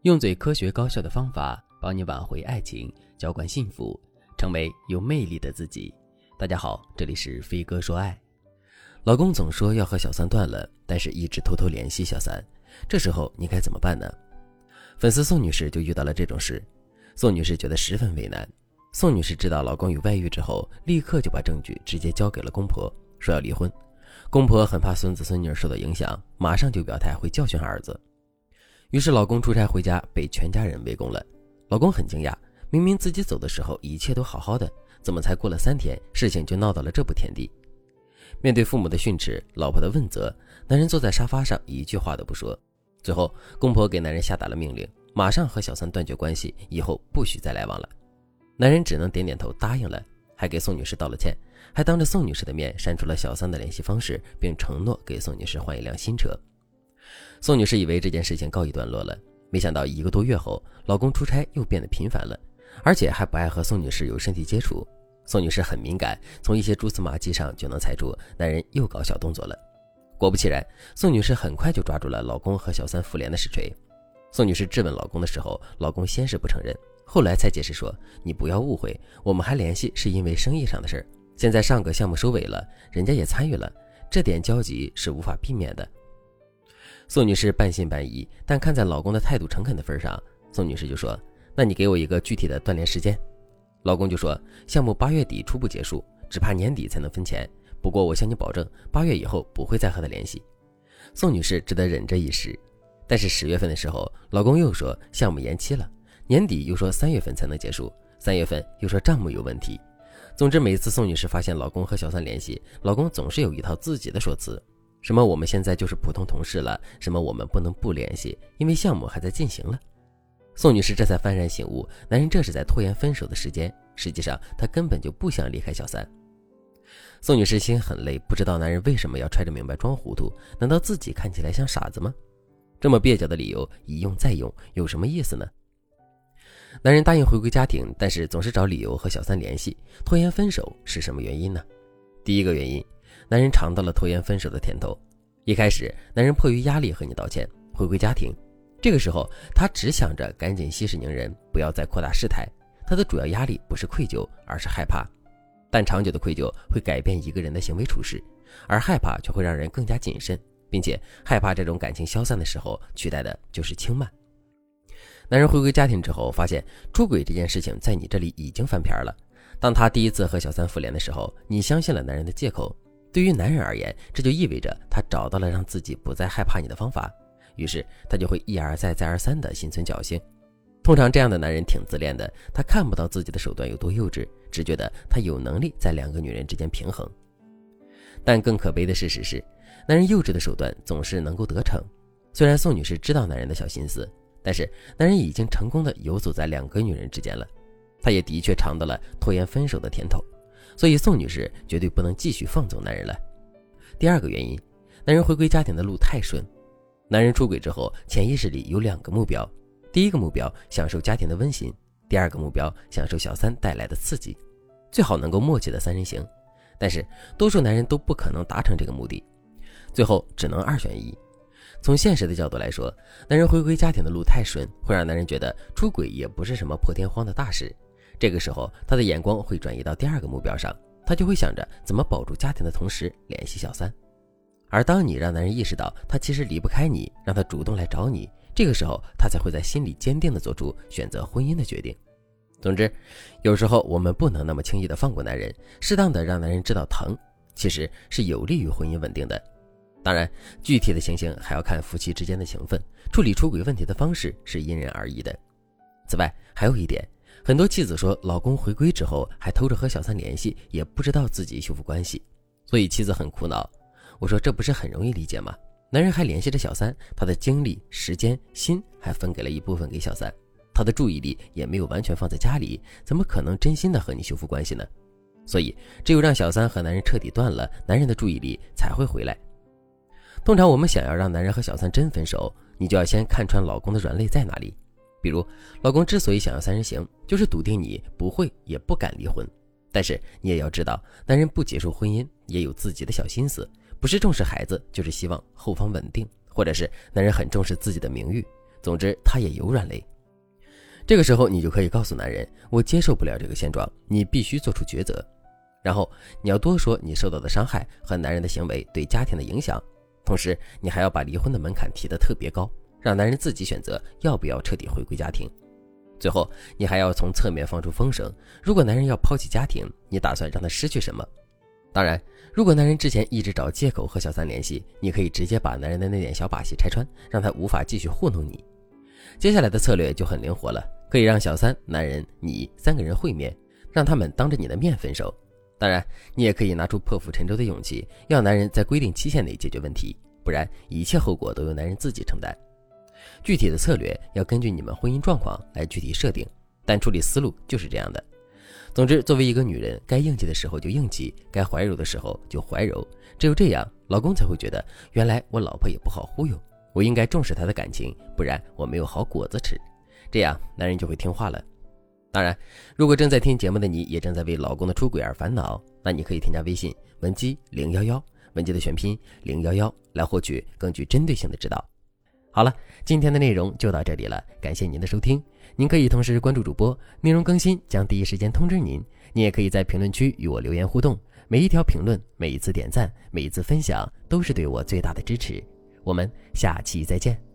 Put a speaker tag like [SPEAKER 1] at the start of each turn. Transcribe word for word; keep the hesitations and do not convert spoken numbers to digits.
[SPEAKER 1] 用最科学高效的方法帮你挽回爱情，浇灌幸福，成为有魅力的自己。大家好，这里是飞哥说爱。老公总说要和小三断了，但是一直偷偷联系小三，这时候你该怎么办呢？粉丝宋女士就遇到了这种事，宋女士觉得十分为难。宋女士知道老公有外遇之后，立刻就把证据直接交给了公婆，说要离婚。公婆很怕孙子孙女受到影响，马上就表态会教训儿子。于是老公出差回家被全家人围攻了。老公很惊讶，明明自己走的时候一切都好好的，怎么才过了三天，事情就闹到了这步田地？面对父母的训斥，老婆的问责，男人坐在沙发上一句话都不说。最后公婆给男人下达了命令，马上和小三断绝关系，以后不许再来往了。男人只能点点头答应了，还给宋女士道了歉，还当着宋女士的面删除了小三的联系方式，并承诺给宋女士换一辆新车。宋女士以为这件事情告一段落了，没想到一个多月后，老公出差又变得频繁了，而且还不爱和宋女士有身体接触。宋女士很敏感，从一些蛛丝马迹上就能猜出男人又搞小动作了。果不其然，宋女士很快就抓住了老公和小三复联的实锤。宋女士质问老公的时候，老公先是不承认，后来才解释说，你不要误会，我们还联系是因为生意上的事儿，现在上个项目收尾了，人家也参与了，这点交集是无法避免的。宋女士半信半疑，但看在老公的态度诚恳的份上，宋女士就说，那你给我一个具体的断联时间。老公就说，项目八月底初步结束，只怕年底才能分钱，不过我向你保证，八月以后不会再和他联系。宋女士只得忍着一时，但是十月份的时候，老公又说项目延期了，年底又说三月份才能结束，三月份又说账目有问题。总之每次宋女士发现老公和小三联系，老公总是有一套自己的说辞，什么我们现在就是普通同事了，什么我们不能不联系，因为项目还在进行了。宋女士这才幡然醒悟，男人这是在拖延分手的时间，实际上他根本就不想离开小三。宋女士心很累，不知道男人为什么要揣着明白装糊涂，难道自己看起来像傻子吗？这么蹩脚的理由一用再用，有什么意思呢？男人答应回归家庭，但是总是找理由和小三联系，拖延分手是什么原因呢？第一个原因，男人尝到了拖延分手的甜头。一开始男人迫于压力和你道歉，回归家庭，这个时候他只想着赶紧息事宁人，不要再扩大事态。他的主要压力不是愧疚，而是害怕。但长久的愧疚会改变一个人的行为处事，而害怕却会让人更加谨慎，并且害怕这种感情消散的时候，取代的就是轻慢。男人回归家庭之后，发现出轨这件事情在你这里已经翻篇了。当他第一次和小三复联的时候，你相信了男人的借口。对于男人而言，这就意味着他找到了让自己不再害怕你的方法，于是他就会一而再再而三的心存侥幸。通常这样的男人挺自恋的，他看不到自己的手段有多幼稚，只觉得他有能力在两个女人之间平衡。但更可悲的事实是，男人幼稚的手段总是能够得逞。虽然宋女士知道男人的小心思，但是男人已经成功的游走在两个女人之间了，他也的确尝到了拖延分手的甜头，所以宋女士绝对不能继续放纵男人了。第二个原因，男人回归家庭的路太顺。男人出轨之后，潜意识里有两个目标，第一个目标享受家庭的温馨，第二个目标享受小三带来的刺激，最好能够默契的三人行。但是多数男人都不可能达成这个目的，最后只能二选一。从现实的角度来说，男人回归家庭的路太顺，会让男人觉得出轨也不是什么破天荒的大事。这个时候他的眼光会转移到第二个目标上，他就会想着怎么保住家庭的同时联系小三。而当你让男人意识到他其实离不开你，让他主动来找你，这个时候他才会在心里坚定地做出选择婚姻的决定。总之，有时候我们不能那么轻易地放过男人，适当的让男人知道疼，其实是有利于婚姻稳定的。当然，具体的情形还要看夫妻之间的情分，处理出轨问题的方式是因人而异的。此外，还有一点，很多妻子说老公回归之后还偷着和小三联系，也不知道自己修复关系，所以妻子很苦恼。我说这不是很容易理解吗？男人还联系着小三，他的精力、时间、心还分给了一部分给小三，他的注意力也没有完全放在家里，怎么可能真心的和你修复关系呢？所以只有让小三和男人彻底断了，男人的注意力才会回来。通常我们想要让男人和小三真分手，你就要先看穿老公的软肋在哪里。比如老公之所以想要三人行，就是笃定你不会也不敢离婚。但是你也要知道，男人不结束婚姻也有自己的小心思，不是重视孩子，就是希望后方稳定，或者是男人很重视自己的名誉， 总之他也有软肋。这个时候你就可以告诉男人，我接受不了这个现状，你必须做出抉择。然后你要多说你受到的伤害和男人的行为对家庭的影响，同时你还要把离婚的门槛提得特别高，让男人自己选择要不要彻底回归家庭。最后你还要从侧面放出风声，如果男人要抛弃家庭，你打算让他失去什么？当然，如果男人之前一直找借口和小三联系，你可以直接把男人的那点小把戏拆穿，让他无法继续糊弄你。接下来的策略就很灵活了，可以让小三、男人、你三个人会面，让他们当着你的面分手。当然，你也可以拿出破釜沉舟的勇气，要男人在规定期限内解决问题，不然一切后果都由男人自己承担。具体的策略要根据你们婚姻状况来具体设定，但处理思路就是这样的。总之，作为一个女人，该硬气的时候就硬气，该怀柔的时候就怀柔，只有这样，老公才会觉得原来我老婆也不好忽悠，我应该重视她的感情，不然我没有好果子吃。这样男人就会听话了。当然，如果正在听节目的你也正在为老公的出轨而烦恼，那你可以添加微信文姬零一一，文姬的全拼零一一，来获取更具针对性的指导。好了，今天的内容就到这里了，感谢您的收听。您可以同时关注主播，内容更新将第一时间通知您。您也可以在评论区与我留言互动，每一条评论，每一次点赞，每一次分享，都是对我最大的支持。我们下期再见。